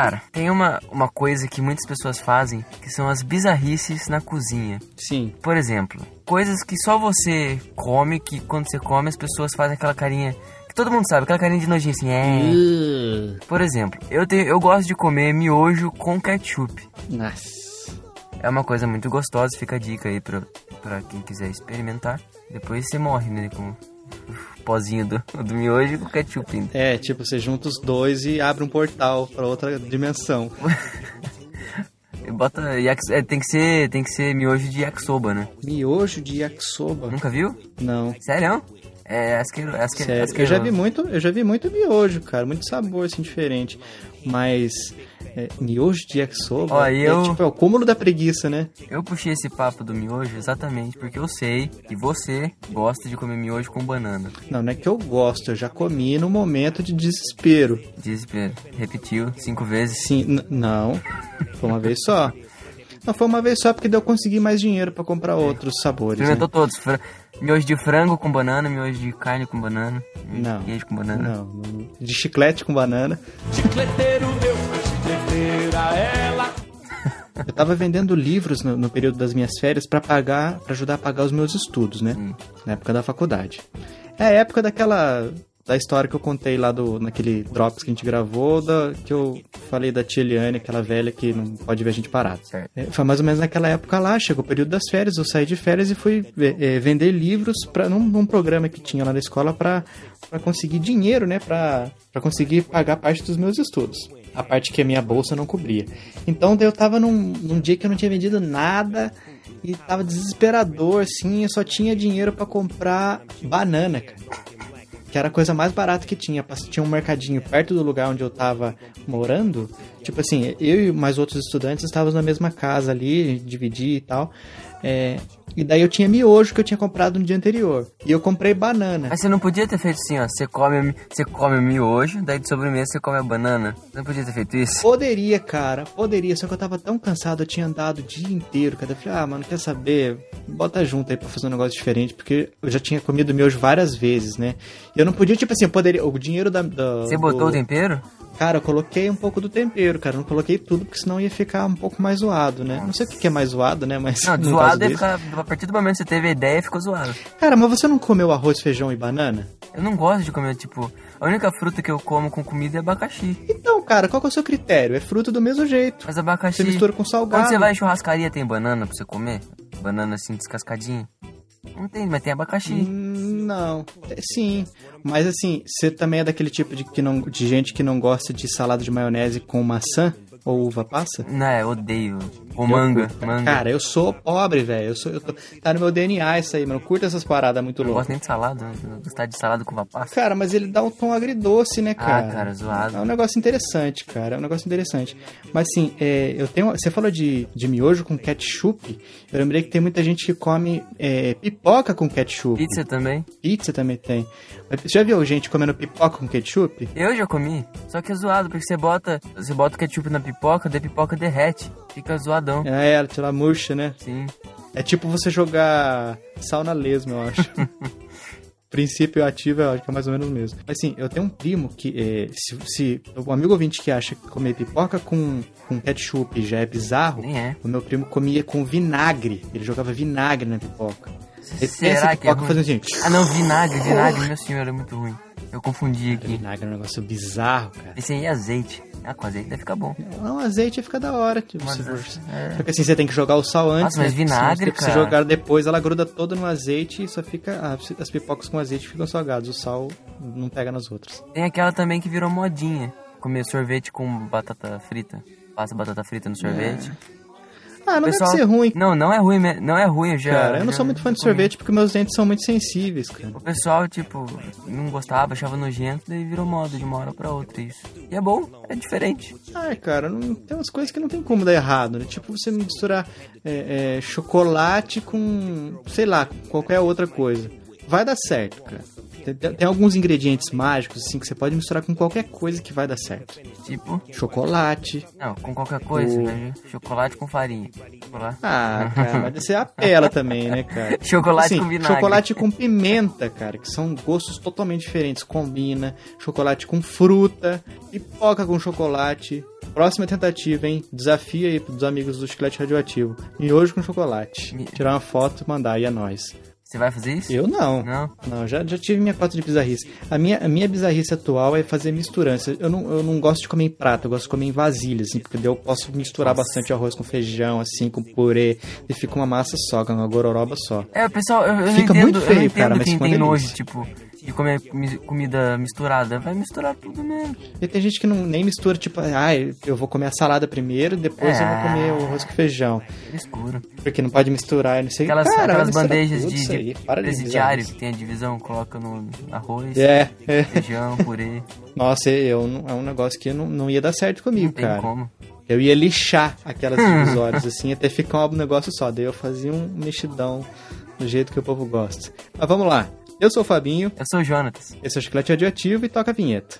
Cara, tem uma coisa que muitas pessoas fazem, que são as bizarrices na cozinha. Sim. Por exemplo, coisas que só você come, que quando você come as pessoas fazem aquela carinha... que todo mundo sabe, aquela carinha de nojinho assim, Por exemplo, eu gosto de comer miojo com ketchup. Nossa. É uma coisa muito gostosa, fica a dica aí pra quem quiser experimentar. Depois você morre, né, com o pozinho do miojo e com ketchup ainda. É, tipo, você junta os dois e abre um portal pra outra dimensão. Bota tem que ser miojo de yakisoba, né? Miojo de yakisoba? Nunca viu? Não. Sério? Sério? Eu já vi muito miojo, cara, muito sabor assim diferente, mas miojo de yakisoba é o cúmulo da preguiça, né? Eu puxei esse papo do miojo exatamente porque eu sei que você gosta de comer miojo com banana. Não é que eu gosto, eu já comi no momento de desespero. Desespero. Repetiu 5 vezes? Sim, não, foi uma vez só. Não, foi uma vez só porque daí eu consegui mais dinheiro pra comprar outros sabores. Experimentou todos. Miojo de frango com banana, miojo de carne com banana, não, queijo com banana. Não. De chiclete com banana. Chicleteiro meu, chicleteira ela. Eu tava vendendo livros no período das minhas férias pra ajudar a pagar os meus estudos, né? Na época da faculdade. É a época da história que eu contei lá naquele Drops que a gente gravou, que eu falei da tia Eliane, aquela velha que não pode ver a gente parado. Foi mais ou menos naquela época lá, chegou o período das férias, eu saí de férias e fui vender livros num programa que tinha lá na escola pra conseguir dinheiro, né, pra conseguir pagar parte dos meus estudos. A parte que a minha bolsa não cobria. Então eu tava num dia que eu não tinha vendido nada e tava desesperador, assim, eu só tinha dinheiro pra comprar banana, cara. Que era a coisa mais barata que tinha. Tinha um mercadinho perto do lugar onde eu tava morando. Tipo assim, eu e mais outros estudantes estávamos na mesma casa ali, dividi e tal. E daí eu tinha miojo que eu tinha comprado no dia anterior. E eu comprei banana. Mas você não podia ter feito assim, ó. Você come o miojo, daí de sobremesa você come a banana. Você não podia ter feito isso? Poderia, cara. Poderia. Só que eu tava tão cansado, eu tinha andado o dia inteiro. Cara. Eu falei, mano, quer saber? Bota junto aí pra fazer um negócio diferente. Porque eu já tinha comido miojo várias vezes, né? E eu não podia, tipo assim, eu poderia... O dinheiro Você botou o tempero? Cara, eu coloquei um pouco do tempero, cara. Eu não coloquei tudo, porque senão ia ficar um pouco mais zoado, né? Não sei o que é mais zoado, né? Mas não, zoado é ficar... A partir do momento que você teve a ideia, ficou zoado. Cara, mas você não comeu arroz, feijão e banana? Eu não gosto de comer, tipo... A única fruta que eu como com comida é abacaxi. Então, cara, qual que é o seu critério? É fruta do mesmo jeito. Mas abacaxi... Você mistura com salgado. Quando você vai em churrascaria, tem banana pra você comer? Banana assim, descascadinha? Não tem, mas tem abacaxi. Não, sim. Mas assim, você também é daquele tipo de gente que não gosta de salada de maionese com maçã ou uva passa? Não, eu odeio. Ou manga. Cara, eu sou pobre, velho. Tá no meu DNA isso aí, mano. Eu curto essas paradas muito loucas. Não gosto nem de salada. Eu gosto de salada com uva passa. Cara, mas ele dá um tom agridoce, né, cara? Cara, zoado. É um negócio interessante, cara. É um negócio interessante. Mas assim, você falou de miojo com ketchup. Eu lembrei que tem muita gente que come pipoca com ketchup. Pizza também. Pizza também tem. Você já viu gente comendo pipoca com ketchup? Eu já comi. Só que é zoado, porque você bota o ketchup na pipoca, daí a pipoca derrete. Fica zoadão. Ela tira a murcha, né? Sim. É tipo você jogar sal na lesma, eu acho. Princípio ativo, eu acho que é mais ou menos o mesmo. Mas assim, eu tenho um primo que, se um amigo ouvinte que acha que comer pipoca com ketchup já é bizarro, o meu primo comia com vinagre. Ele jogava vinagre na pipoca. Será que é ruim? Assim, não, vinagre, meu senhor, é muito ruim. Eu confundi aqui. Vinagre é um negócio bizarro, cara. Esse aí é azeite. Com azeite deve ficar bom. Não, azeite fica da hora. Tipo, Porque assim, você tem que jogar o sal antes. Nossa, mas vinagre, cara. Se jogar depois, ela gruda toda no azeite e só fica... as pipocas com azeite ficam salgadas. O sal não pega nas outras. Tem aquela também que virou modinha. Comer sorvete com batata frita. Passa batata frita no sorvete. Não deve ser ruim. Não é ruim, não é ruim. Cara, eu não sou muito fã de sorvete porque meus dentes são muito sensíveis, cara. O pessoal, tipo, não gostava, achava nojento, daí virou moda de uma hora pra outra isso. E é bom, é diferente. Cara, tem umas coisas que não tem como dar errado, né? Tipo, você misturar chocolate com, sei lá, qualquer outra coisa. Vai dar certo, cara. Tem alguns ingredientes mágicos, assim, que você pode misturar com qualquer coisa que vai dar certo. Tipo? Chocolate. Não, com qualquer coisa, né? Chocolate com farinha. Cara, mas você apela também, né, cara? Chocolate com vinagre. Chocolate com pimenta, cara, que são gostos totalmente diferentes. Combina. Chocolate com fruta. Pipoca com chocolate. Próxima tentativa, hein? Desafio aí dos amigos do Chiclete Radioativo. Miojo com chocolate. Tirar uma foto e mandar, e é nóis. Você vai fazer isso? Eu não. Não, já tive minha cota de bizarrice. A minha bizarrice atual é fazer misturança. Eu não gosto de comer em prato, eu gosto de comer em vasilha, assim, porque daí eu posso misturar bastante arroz com feijão, assim, com purê, e fica uma massa só, uma gororoba só. Pessoal, eu fica não entendo, muito feio, eu não cara, mas quem fica uma tem delícia. nojo, tipo, de comer comida misturada. Vai misturar tudo mesmo. E tem gente que nem mistura, tipo, eu vou comer a salada primeiro, depois eu vou comer o arroz com feijão. Escuro. Porque não pode misturar, eu não sei. Aquelas bandejas de presidiário que tem a divisão, coloca no arroz, feijão, purê. Nossa, é um negócio que não ia dar certo comigo, cara. Não tem como. Eu ia lixar aquelas divisórias, assim, até ficar um negócio só. Daí eu fazia um mexidão do jeito que o povo gosta. Mas vamos lá. Eu sou o Fabinho. Eu sou o Jonatas. Esse é o Chiclete Radioativo e toca a vinheta.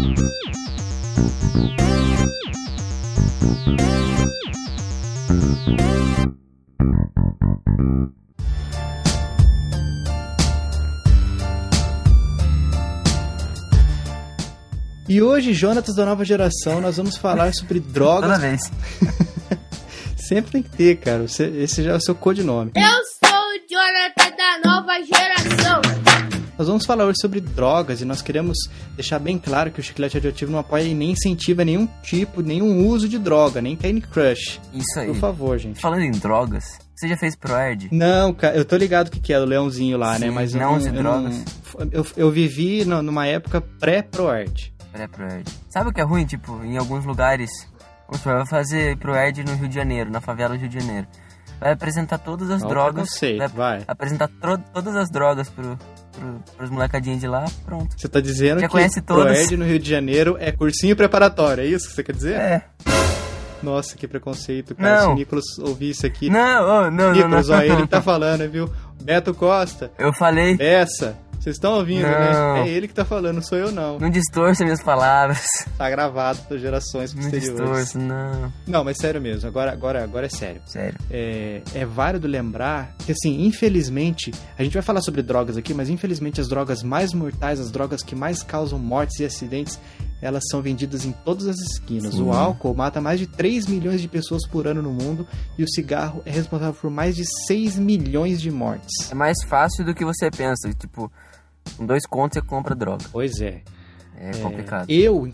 E hoje, Jonatas da nova geração, nós vamos falar sobre drogas. Toda vez. Sempre tem que ter, cara. Esse já é o seu codinome. Eu sou o Jonatas da nova geração. Nós vamos falar hoje sobre drogas e nós queremos deixar bem claro que o Chiclete Radioativo não apoia e nem incentiva nenhum uso de droga, nem Candy Crush. Isso aí. Por favor, gente. Falando em drogas, você já fez Proerd? Não, cara, eu tô ligado o que é, o leãozinho lá, sim, né? Mas não use drogas. Eu vivi numa época pré-Proerd. Pré-Proerd. Sabe o que é ruim? Tipo, em alguns lugares, você vai fazer Proerd no Rio de Janeiro, na favela do Rio de Janeiro. Vai apresentar todas as drogas. Vai apresentar todas as drogas pros molecadinhos de lá, pronto. Você tá dizendo já que conhece todas. Proerd no Rio de Janeiro é cursinho preparatório, é isso que você quer dizer? É. Nossa, que preconceito, cara. Não. Se o Nicolas ouvir isso aqui... Não. Nicolas, ó, ele que tá falando, viu? Beto Costa. Eu falei. Essa. Vocês estão ouvindo, não. né? É ele que tá falando, não sou eu, não. Não distorça minhas palavras. Tá gravado para gerações posteriores. Não distorça, não. Não, mas sério mesmo. Agora é sério. Sério. É válido lembrar que, assim, infelizmente... A gente vai falar sobre drogas aqui, mas infelizmente as drogas mais mortais, as drogas que mais causam mortes e acidentes, elas são vendidas em todas as esquinas. Sim. O álcool mata mais de 3 milhões de pessoas por ano no mundo e o cigarro é responsável por mais de 6 milhões de mortes. É mais fácil do que você pensa. Tipo, com 2 contos você compra droga. Pois é. É complicado.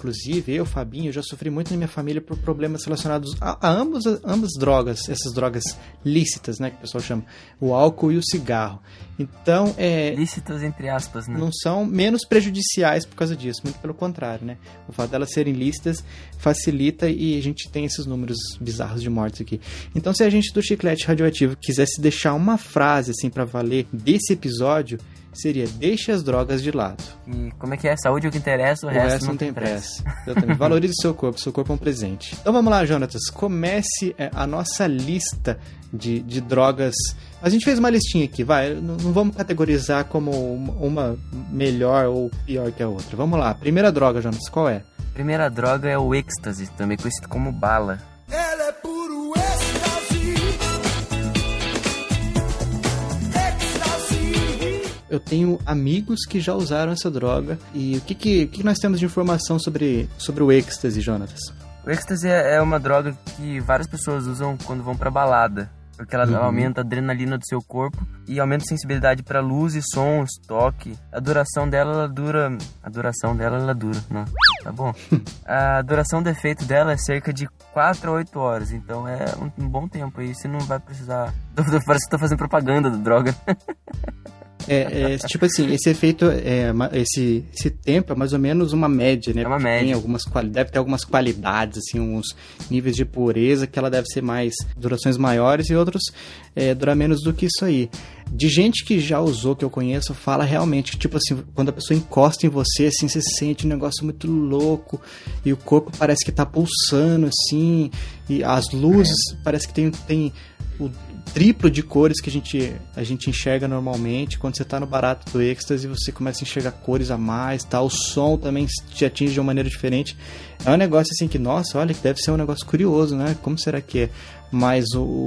Eu, Fabinho, já sofri muito na minha família por problemas relacionados a ambas drogas, essas drogas lícitas, né, que o pessoal chama, o álcool e o cigarro. Então, lícitas entre aspas, né? Não são menos prejudiciais por causa disso, muito pelo contrário, né? O fato delas serem lícitas facilita e a gente tem esses números bizarros de mortes aqui. Então, se a gente do Chiclete Radioativo quisesse deixar uma frase, assim, pra valer desse episódio, seria: deixe as drogas de lado. E como é que é? Saúde é o que interessa, o resto não tem pressa. Exatamente. Valorize seu corpo é um presente. Então vamos lá, Jonatas, comece a nossa lista de drogas. A gente fez uma listinha aqui, vai, não vamos categorizar como uma melhor ou pior que a outra. Vamos lá, primeira droga, Jonatas, qual é? Primeira droga é o êxtase, também conhecido como bala. Ela é puro êxtase. Eu tenho amigos que já usaram essa droga. E o que nós temos de informação sobre o êxtase, Jonatas? O êxtase é uma droga que várias pessoas usam quando vão pra balada. Porque ela aumenta a adrenalina do seu corpo e aumenta a sensibilidade para luzes, sons, toque. A duração dela, ela dura... Não, tá bom. A duração do efeito dela é cerca de 4 a 8 horas. Então é um bom tempo aí. Você não vai precisar... Parece que tô fazendo propaganda da droga. Tipo assim, esse efeito, esse tempo é mais ou menos uma média, né? É uma média. Deve ter algumas qualidades, assim, uns níveis de pureza que ela deve ser mais, durações maiores e outros durar menos do que isso aí. De gente que já usou, que eu conheço, fala realmente que, tipo assim, quando a pessoa encosta em você, assim, você sente um negócio muito louco e o corpo parece que tá pulsando, assim, e as luzes parece que tem o triplo de cores que a gente enxerga normalmente. Quando você tá no barato do êxtase, você começa a enxergar cores a mais, tá? O som também te atinge de uma maneira diferente. É um negócio assim que, nossa, olha, que deve ser um negócio curioso, né? Como será que é? mas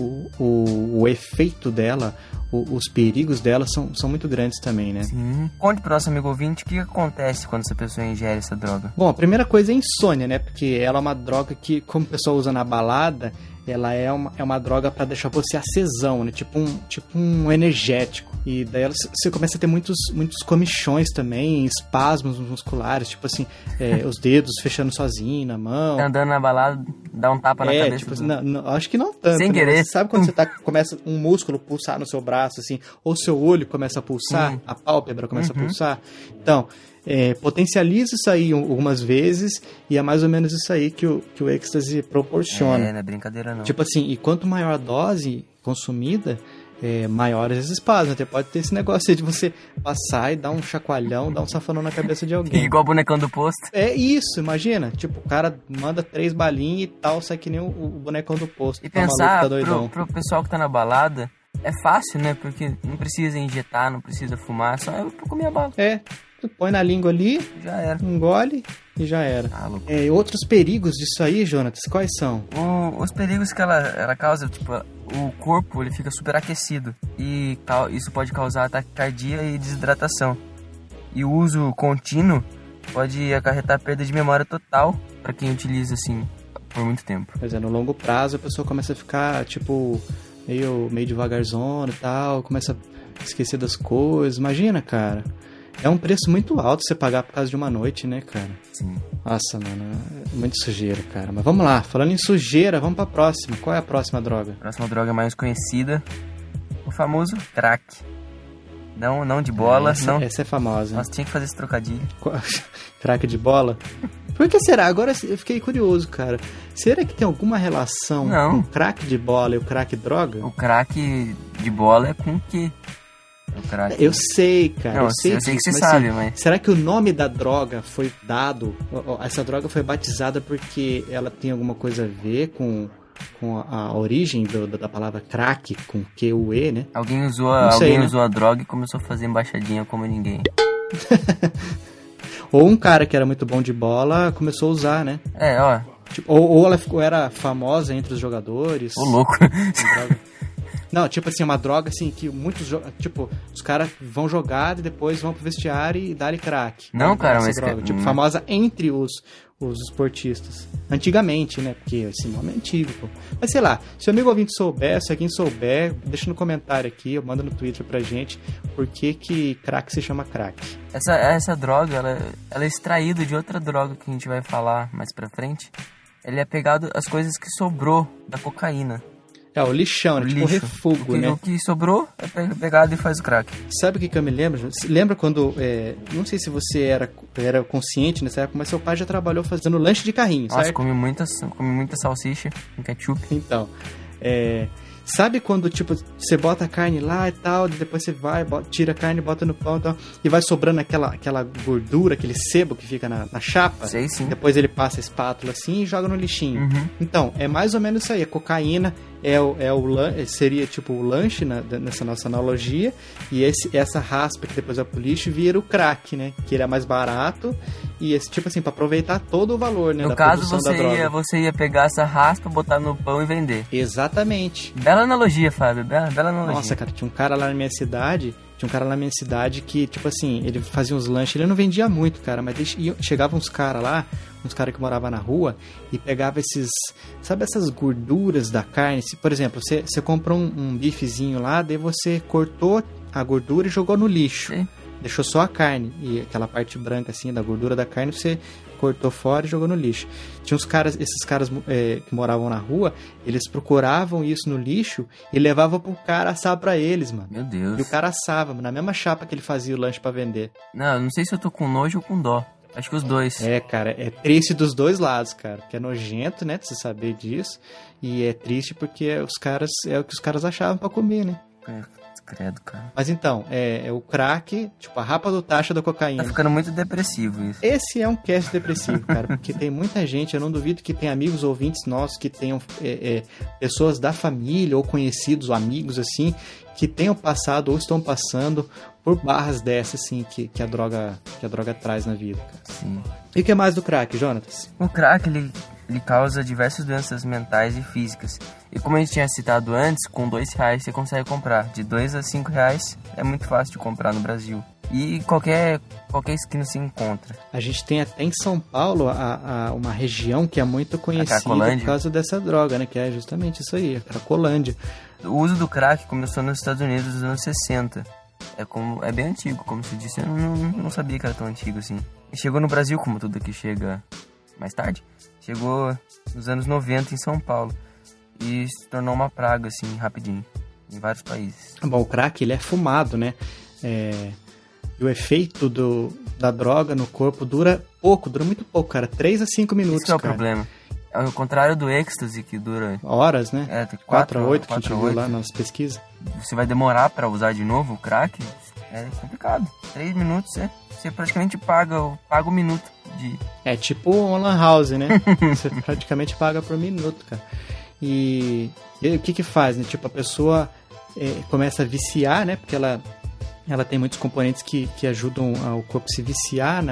o efeito dela, os perigos dela são muito grandes também, né? Sim. Conte pro nosso amigo ouvinte o que acontece quando essa pessoa ingere essa droga. Bom, a primeira coisa é insônia, né? Porque ela é uma droga que, como o pessoal usa na balada, ela é uma droga pra deixar você acesão, né? Tipo um energético. E daí você começa a ter muitos comichões também, espasmos musculares, tipo assim, os dedos fechando sozinho na mão. Tá andando na balada, dá um tapa na cabeça. Tipo, não, acho que não tanto. Sem né? querer. Você sabe quando você começa um músculo pulsar no seu braço, assim, ou seu olho começa a pulsar, a pálpebra começa a pulsar? Então, potencializa isso aí algumas vezes, e é mais ou menos isso aí que o êxtase proporciona. Não é brincadeira não. Tipo assim, e quanto maior a dose consumida, maiores esses espasmos. Até pode ter esse negócio aí de você passar e dar um chacoalhão, dar um safanão na cabeça de alguém. Igual o bonecão do posto. É isso, imagina. Tipo, o cara manda 3 balinhas e tal, sai que nem o bonecão do posto. E pensar tá pro pessoal que tá na balada, é fácil, né? Porque não precisa injetar, não precisa fumar, só é pra comer a bala. Tu põe na língua ali, já era. Engole e já era. Outros perigos disso aí, Jonatas, quais são? Os perigos que ela causa, tipo, o corpo ele fica superaquecido e isso pode causar taquicardia e desidratação. E o uso contínuo pode acarretar perda de memória total para quem utiliza assim por muito tempo. Pois é, no longo prazo a pessoa começa a ficar, tipo, meio devagarzona e tal, começa a esquecer das coisas. Imagina, cara. É um preço muito alto você pagar por causa de uma noite, né, cara? Sim. Nossa, mano, é muito sujeira, cara. Mas vamos lá, falando em sujeira, vamos pra próxima. Qual é a próxima droga? A próxima droga mais conhecida, o famoso crack. Não de bola, não. Essa é famosa. Nossa, tinha que fazer esse trocadilho. Crack de bola? Por que será? Agora eu fiquei curioso, cara. Será que tem alguma relação com o crack de bola e o crack droga? O crack de bola é com o quê? Eu sei, cara. Não, eu sei que você sabe, mas... Será que o nome da droga foi dado... Essa droga foi batizada porque ela tem alguma coisa a ver com a origem da palavra crack, com Q-U-E, né? Alguém usou a droga e começou a fazer embaixadinha como ninguém. Ou um cara que era muito bom de bola começou a usar, né? Tipo, ou ela era famosa entre os jogadores. Ô, louco. Não, tipo assim, uma droga assim que muitos... Tipo, os caras vão jogar e depois vão pro vestiário e dá-lhe crack. Não, cara, mas... Droga, tipo, famosa entre os esportistas. Antigamente, né? Porque esse nome é antigo, pô. Mas sei lá, se o amigo ouvinte souber, se alguém souber, deixa no comentário aqui, manda no Twitter pra gente por que crack se chama crack. Essa droga, ela é extraída de outra droga que a gente vai falar mais pra frente. Ele é pegado as coisas que sobrou da cocaína. O lixão, né? Tipo o refúgio, né? O que sobrou é pegado e faz o crack. Sabe o que eu me lembro? Lembra quando... não sei se você era consciente nessa época, mas seu pai já trabalhou fazendo lanche de carrinho, Nossa, certo? comi muita salsicha com ketchup. Então, sabe quando, tipo, você bota a carne lá e tal, depois você vai, tira a carne, bota no pão e tal, e vai sobrando aquela gordura, aquele sebo que fica na chapa? Sei, sim. Depois ele passa a espátula assim e joga no lixinho. Uhum. Então, é mais ou menos isso aí. A cocaína seria tipo o lanche nessa nossa analogia, e essa raspa que depois vai pro lixo vira o crack, né? Que ele é mais barato e tipo assim, pra aproveitar todo o valor, né? No caso, você ia pegar essa raspa, botar no pão e vender. Exatamente. Bela analogia, Fábio. Bela analogia. Nossa, cara, tinha um cara lá na minha cidade que, tipo assim, ele fazia uns lanches, ele não vendia muito, cara, mas chegavam uns caras que moravam na rua e pegava sabe essas gorduras da carne? Por exemplo, você comprou um bifezinho lá, daí você cortou a gordura e jogou no lixo. Sim. Deixou só a carne e aquela parte branca assim da gordura da carne você cortou fora e jogou no lixo. Tinha esses caras que moravam na rua, eles procuravam isso no lixo e levavam pro cara assar pra eles, mano. Meu Deus. E o cara assava, na mesma chapa que ele fazia o lanche pra vender. Não sei se eu tô com nojo ou com dó. Acho que os dois. Cara, é triste dos dois lados, cara. Porque é nojento, né, de você saber disso. E é triste porque é o que os caras achavam pra comer, né? Credo, cara. Mas então, é o crack, tipo a rapa do tacho da cocaína. Tá ficando muito depressivo isso. Esse é um cast depressivo, cara, porque tem muita gente, eu não duvido que tem amigos ouvintes nossos que tenham pessoas da família ou conhecidos ou amigos, assim, que tenham passado ou estão passando por barras dessas, assim, que a droga traz na vida, cara. Sim. E o que mais do crack, Jonatas? O crack, ele causa diversas doenças mentais e físicas. E como a gente tinha citado antes, com R$2 você consegue comprar. De R$2 a R$5 é muito fácil de comprar no Brasil. E qualquer esquina se encontra. A gente tem até em São Paulo uma região que é muito conhecida por causa dessa droga, né? Que é justamente isso aí, a Cracolândia. O uso do crack começou nos Estados Unidos nos anos 60. É bem antigo, como se disse. Eu não sabia que era tão antigo assim. E chegou no Brasil, como tudo que chega mais tarde. Chegou nos anos 90 em São Paulo. E se tornou uma praga, assim, rapidinho. Em vários países. Bom, o crack, ele é fumado, né? E o efeito da droga no corpo dura muito pouco, cara. 3 a 5 minutos, Isso é o problema. Ao contrário do êxtase, que dura... horas, né? 4 a 8 que a gente viu lá 8. nas pesquisas. Você vai demorar pra usar de novo o crack? É complicado. 3 minutos, você praticamente paga o minuto de... É tipo uma lan house, né? Você praticamente paga por minuto, cara. E o que faz, né? Tipo, a pessoa começa a viciar, né? Porque ela tem muitos componentes que ajudam o corpo a se viciar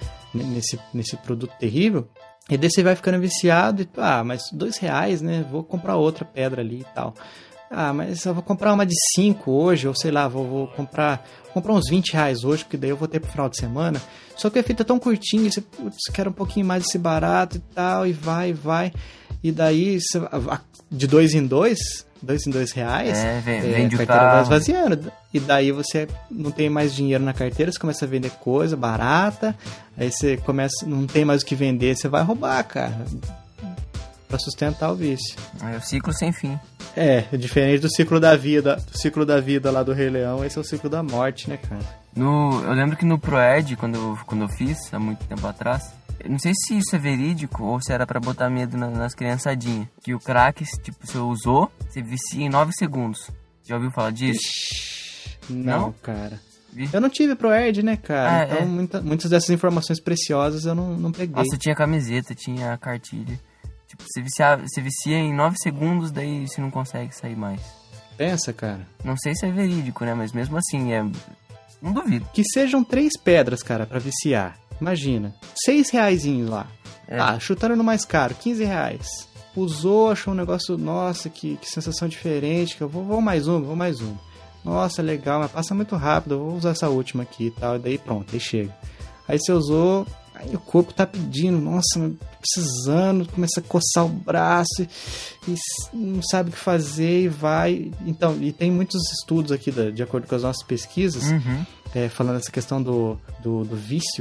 nesse produto terrível. E daí você vai ficando viciado e, mas R$2, né? Vou comprar outra pedra ali e tal. Mas eu vou comprar uma de 5 hoje, ou sei lá, vou comprar uns R$20 hoje, porque daí eu vou ter pro final de semana. Só que o efeito é tão curtinho, você quer um pouquinho mais desse barato e tal, e vai. E daí, de 2 em 2 R$2, vende a carteira vai esvaziando. E daí você não tem mais dinheiro na carteira, você começa a vender coisa barata, aí você não tem mais o que vender, você vai roubar, cara, pra sustentar o vício. É o ciclo sem fim. Diferente do ciclo da vida lá do Rei Leão, esse é o ciclo da morte, né, cara? Eu lembro que no ProEd, quando eu fiz, há muito tempo atrás, eu não sei se isso é verídico ou se era pra botar medo nas criançadinhas, que o crack, tipo, você usou, você vicia em 9 segundos. Já ouviu falar disso? Não, cara. Eu não tive ProEd, né, cara? Então muitas dessas informações preciosas eu não peguei. Nossa, tinha camiseta, tinha cartilha. Tipo, você vicia em 9 segundos, daí você não consegue sair mais. Pensa, cara. Não sei se é verídico, né? Mas mesmo assim, não duvido. Que sejam 3 pedras, cara, pra viciar. Imagina. R$6 lá. Chutando no mais caro, R$15. Usou, achou um negócio, nossa, que sensação diferente. Que eu vou mais uma. Nossa, legal, mas passa muito rápido, eu vou usar essa última aqui e tal. E daí pronto, aí chega. Aí você usou... Aí o corpo tá pedindo, nossa, precisando, começa a coçar o braço e não sabe o que fazer e vai. Então, e tem muitos estudos aqui, de acordo com as nossas pesquisas, falando essa questão do vício.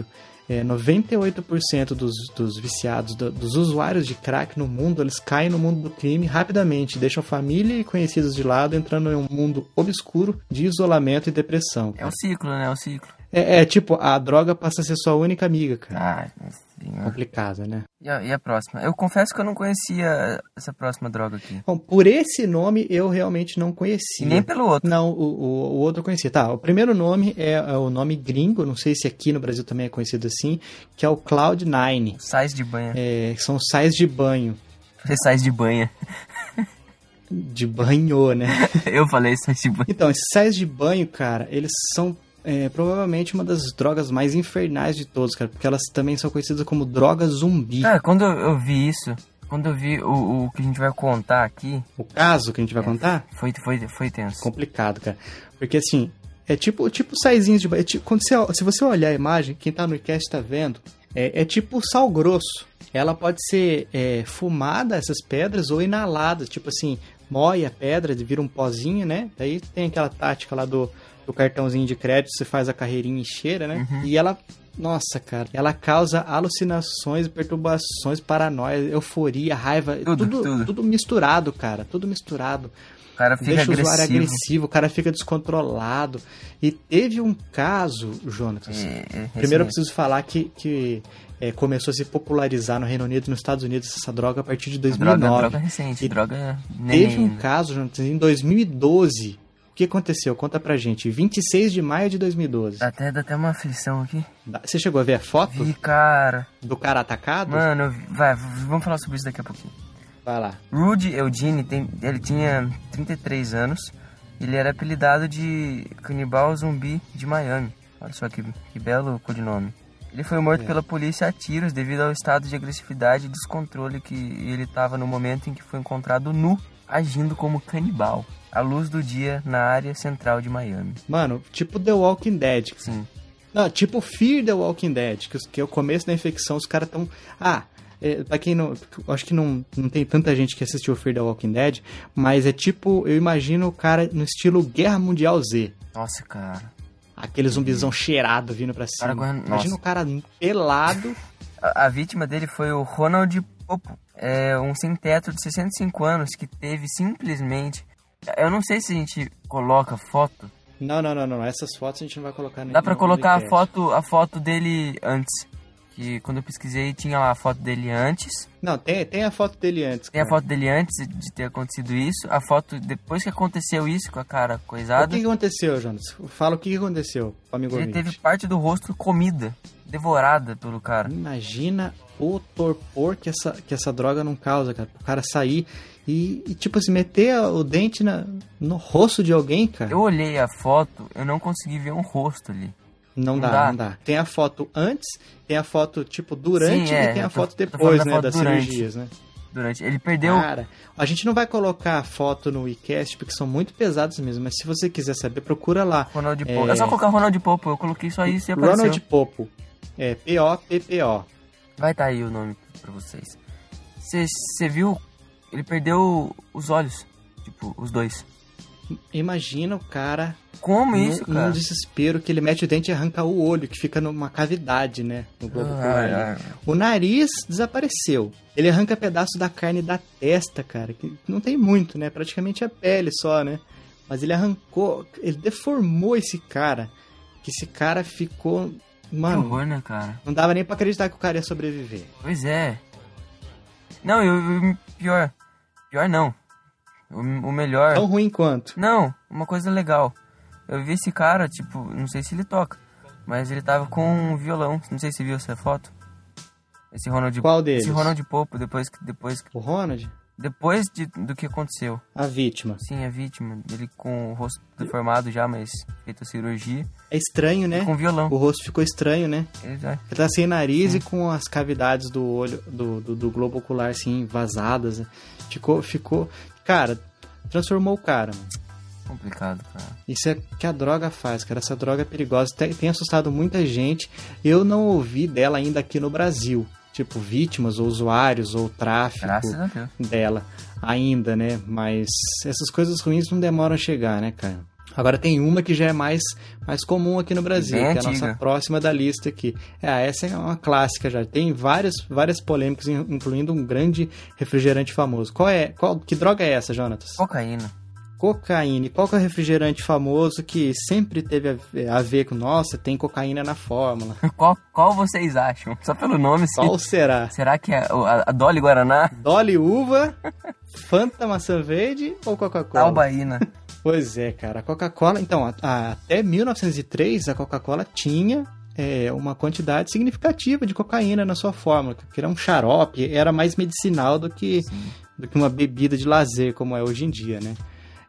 98% dos viciados, dos usuários de crack no mundo, eles caem no mundo do crime rapidamente, deixam família e conhecidos de lado, entrando em um mundo obscuro de isolamento e depressão. É o ciclo, né? É o ciclo. Tipo, a droga passa a ser sua única amiga, cara. Complicada, né? E a próxima? Eu confesso que eu não conhecia essa próxima droga aqui. Bom, por esse nome eu realmente não conhecia. E nem pelo outro. Não, o outro eu conhecia. Tá, o primeiro nome é o nome gringo, não sei se aqui no Brasil também é conhecido assim, que é o Cloud9. Sais de banho. São sais de banho. Sais de banho. De banho, né? Eu falei sais de banho. Então, esses sais de banho, cara, eles são... provavelmente uma das drogas mais infernais de todos, cara, porque elas também são conhecidas como droga zumbi. Cara, quando eu vi isso, quando eu vi o que a gente vai contar aqui... O caso que a gente vai contar? Foi tenso. Complicado, cara. Porque assim, é tipo saizinhos de banho. Se você olhar a imagem, quem tá no iCast tá vendo, é tipo sal grosso. Ela pode ser fumada, essas pedras, ou inalada. Tipo assim, moe a pedra, vira um pozinho, né? Daí tem aquela tática lá do cartãozinho de crédito, você faz a carreirinha e cheira, né? Uhum. E ela, nossa, cara, ela causa alucinações, perturbações, paranoia, euforia, raiva, tudo misturado, cara, tudo misturado. O cara fica deixa o usuário agressivo, o cara fica descontrolado. E teve um caso, Jonatas, primeiro eu preciso falar que começou a se popularizar no Reino Unido e nos Estados Unidos essa droga a partir de 2009. Droga recente, e droga... Teve um caso, Jonatas, em 2012... O que aconteceu? Conta pra gente. 26 de maio de 2012. Dá até uma aflição aqui. Você chegou a ver a foto? Vi, cara. Do cara atacado? Mano, vamos falar sobre isso daqui a pouquinho. Vai lá. Rudy Eugene, ele tinha 33 anos. Ele era apelidado de canibal zumbi de Miami. Olha só que belo codinome. Ele foi morto pela polícia a tiros devido ao estado de agressividade e descontrole que ele estava no momento em que foi encontrado nu, agindo como canibal, à luz do dia na área central de Miami. Mano, tipo The Walking Dead. Sim. Não, tipo Fear the Walking Dead, que é o começo da infecção, os caras tão... pra quem não... Acho que não tem tanta gente que assistiu Fear the Walking Dead, mas é tipo, eu imagino o cara no estilo Guerra Mundial Z. Nossa, cara. Aquele zumbizão cheirado vindo pra cima. Imagina o cara pelado. A vítima dele foi o Ronald Popo, um sem-teto de 65 anos que teve simplesmente... Eu não sei se a gente coloca foto. Não. Essas fotos a gente não vai colocar nem. Dá pra colocar a foto dele antes. Que quando eu pesquisei tinha lá a foto dele antes. Não, tem a foto dele antes. Tem a foto dele antes de ter acontecido isso. A foto depois que aconteceu isso, com a cara coisada. O que aconteceu, Jonas? Fala o que aconteceu, amigo Ele ouvinte. teve parte do rosto comida, devorada pelo cara. Imagina o torpor que essa droga não causa, cara. O cara sair e tipo assim, meter o dente no rosto de alguém, cara. Eu olhei a foto, eu não consegui ver um rosto ali. Não dá. Tem a foto antes, tem a foto, tipo, durante. Sim, e tem a foto depois, né, das cirurgias, né? Durante. Ele perdeu... Cara, a gente não vai colocar a foto no WeCast, porque são muito pesados mesmo, mas se você quiser saber, procura lá. Ronald Popo. É só colocar Ronald Popo, eu coloquei só isso e apareceu. Ronald Popo. P-O-P-P-O. Vai estar aí o nome pra vocês. Você viu? Ele perdeu os olhos. Tipo, os dois. Imagina o cara... Como isso, cara? Num desespero que ele mete o dente e arranca o olho, que fica numa cavidade, né? No globo ocular. O nariz desapareceu. Ele arranca pedaço da carne da testa, cara. Que não tem muito, né? Praticamente a pele só, né? Mas ele arrancou... Ele deformou esse cara. Que esse cara ficou... Mano, que horror, né, cara? Não dava nem pra acreditar que o cara ia sobreviver. Pois é. Não, pior não. O melhor... Tão ruim quanto? Não, uma coisa legal. Eu vi esse cara, tipo, não sei se ele toca, mas ele tava com um violão. Não sei se viu essa foto. Esse Ronald... Qual deles? Esse Ronald Popo, depois... O Ronald? Depois do que aconteceu. A vítima. Sim, a vítima. Ele com o rosto deformado já, mas feito a cirurgia. É estranho, né? Com violão. O rosto ficou estranho, né? Exato. Ele tá sem nariz e com as cavidades do olho, do globo ocular, assim, vazadas. Né? Ficou... Cara, transformou o cara, mano. Complicado, cara. Isso é que a droga faz, cara. Essa droga é perigosa. Tem assustado muita gente. Eu não ouvi dela ainda aqui no Brasil. Tipo, vítimas, ou usuários, ou tráfico dela ainda, né? Mas essas coisas ruins não demoram a chegar, né, cara? Agora tem uma que já é mais comum aqui no Brasil, que é a nossa próxima da lista aqui. Essa é uma clássica já. Tem várias polêmicas, incluindo um grande refrigerante famoso. Que droga é essa, Jonatas? Cocaína. Cocaína. E qual que é o refrigerante famoso que sempre teve a ver com... Nossa, tem cocaína na fórmula. Qual vocês acham? Só pelo nome, sim. Qual será? Será que é a Dolly Guaraná? Dolly Uva, Fanta Maçã Verde ou Coca-Cola? Albaína. Pois é, cara. A Coca-Cola... Então, até 1903, a Coca-Cola tinha uma quantidade significativa de cocaína na sua fórmula. Que era um xarope, era mais medicinal do que uma bebida de lazer, como é hoje em dia, né?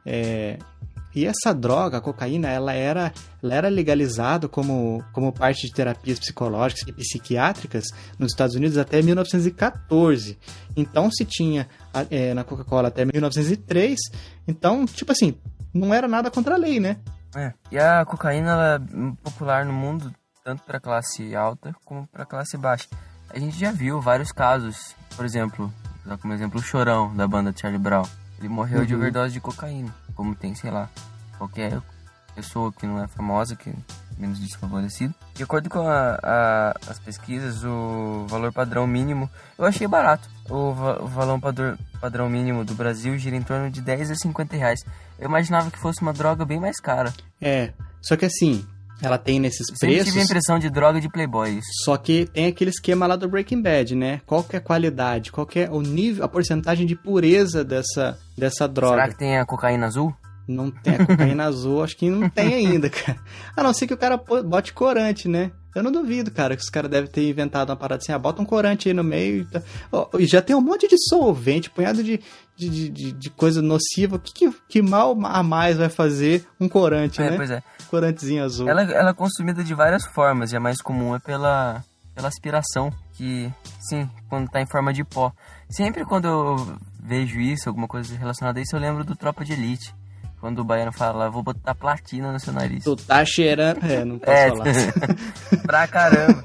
E essa droga, a cocaína, ela era legalizada como parte de terapias psicológicas e psiquiátricas nos Estados Unidos até 1914. Então, se tinha na Coca-Cola até 1903, então, tipo assim, não era nada contra a lei, né? E a cocaína ela é popular no mundo, tanto para classe alta como para classe baixa. A gente já viu vários casos, por exemplo, como exemplo, o Chorão, da banda Charlie Brown. Ele morreu de overdose de cocaína, como tem, sei lá, qualquer pessoa que não é famosa, que é menos desfavorecido. De acordo com as pesquisas, o valor padrão mínimo, eu achei barato. O valor padrão mínimo do Brasil gira em torno de 10 a 50 reais. Eu imaginava que fosse uma droga bem mais cara. Só que assim... Ela tem nesses preços... Eu tive a impressão de droga de playboy. Só que tem aquele esquema lá do Breaking Bad, né? Qual que é a qualidade? Qual que é o nível, a porcentagem de pureza dessa droga? Será que tem a cocaína azul? Não tem a cocaína azul, acho que não tem ainda, cara. A não ser que o cara bote corante, né? Eu não duvido, cara, que os caras devem ter inventado uma parada assim, bota um corante aí no meio. E já tem um monte de solvente, punhado de coisa nociva. Que mal a mais vai fazer um corante, né? Pois é. Corantezinho azul. Ela é consumida de várias formas, e a mais comum é pela pela aspiração, que, sim, quando tá em forma de pó. Sempre quando eu vejo isso, alguma coisa relacionada a isso, eu lembro do Tropa de Elite. Quando o baiano fala, vou botar platina no seu nariz. Tu tá cheirando... não posso falar. Pra caramba.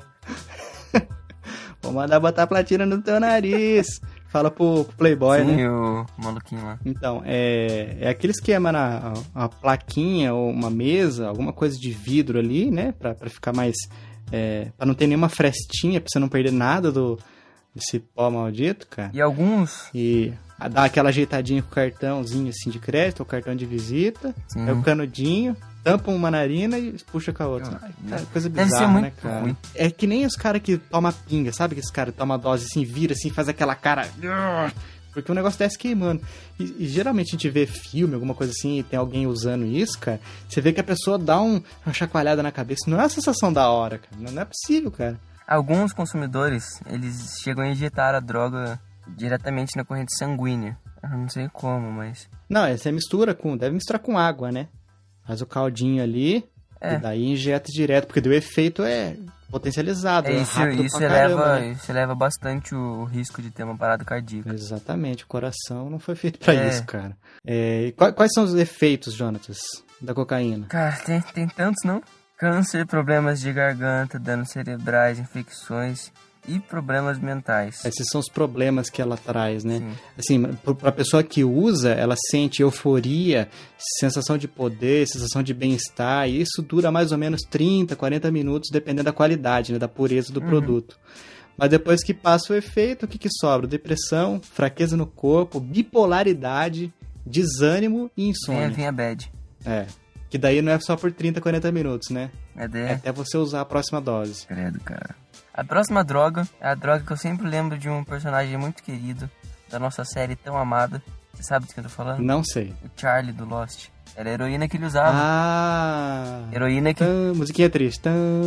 Vou mandar botar platina no teu nariz. Fala pro Playboy, sim, né? o maluquinho lá. Então, é aquele esquema na a plaquinha ou uma mesa, alguma coisa de vidro ali, né? Pra ficar mais... pra não ter nenhuma frestinha, pra você não perder nada desse pó maldito, cara. E alguns... E dá aquela ajeitadinha com o cartãozinho assim de crédito, ou cartão de visita. Sim. É o canudinho, tampa uma narina e puxa com a outra. Cara, coisa Deve bizarra, ser muito né, cara? ruim. É que nem os caras que tomam pinga, sabe? Que esse cara toma dose assim, vira assim, faz aquela cara... Porque o negócio desce queimando. E geralmente a gente vê filme, alguma coisa assim, e tem alguém usando isso, cara. Você vê que a pessoa dá uma chacoalhada na cabeça. Não é uma sensação da hora, cara. Não é possível, cara. Alguns consumidores, eles chegam a injetar a droga diretamente na corrente sanguínea. Eu não sei como, mas... Não, você deve misturar com água, né? Faz o caldinho ali, e daí injeta direto, porque o efeito é potencializado, rápido pra caramba, né? Isso eleva bastante o risco de ter uma parada cardíaca. Exatamente, o coração não foi feito pra isso, cara. E quais são os efeitos, Jonatas, da cocaína? Cara, tem tantos, não? Câncer, problemas de garganta, danos cerebrais, infecções e problemas mentais. Esses são os problemas que ela traz, né? Sim. Assim, pra pessoa que usa, ela sente euforia, sensação de poder, sensação de bem-estar, e isso dura mais ou menos 30, 40 minutos, dependendo da qualidade, né? Da pureza do produto. Mas depois que passa o efeito, o que sobra? Depressão, fraqueza no corpo, bipolaridade, desânimo e insônia. Vem a bad. Que daí não é só por 30, 40 minutos, né? É até você usar a próxima dose. Credo, cara. A próxima droga é a droga que eu sempre lembro de um personagem muito querido da nossa série tão amada. Você sabe do que eu tô falando? Não sei. O Charlie do Lost. Era a heroína que ele usava. Heroína que... musiquinha triste.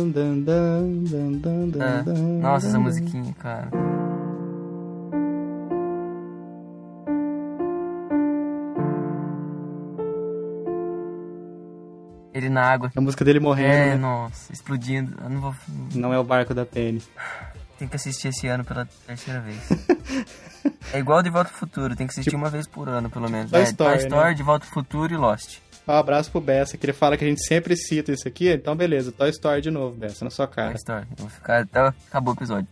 Nossa, essa musiquinha, cara. Ele na água. A música dele morrendo. Né? Nossa, explodindo. Eu não vou... Não é o barco da Penny. Tem que assistir esse ano pela terceira vez. É igual De Volta ao Futuro, tem que assistir uma vez por ano, pelo menos. Toy Story, né? De Volta ao Futuro e Lost. Um abraço pro Bessa, que ele fala que a gente sempre cita isso aqui. Então, beleza, Toy Story de novo, Bessa, na sua cara. Toy Story. Vou ficar até... Acabou o episódio.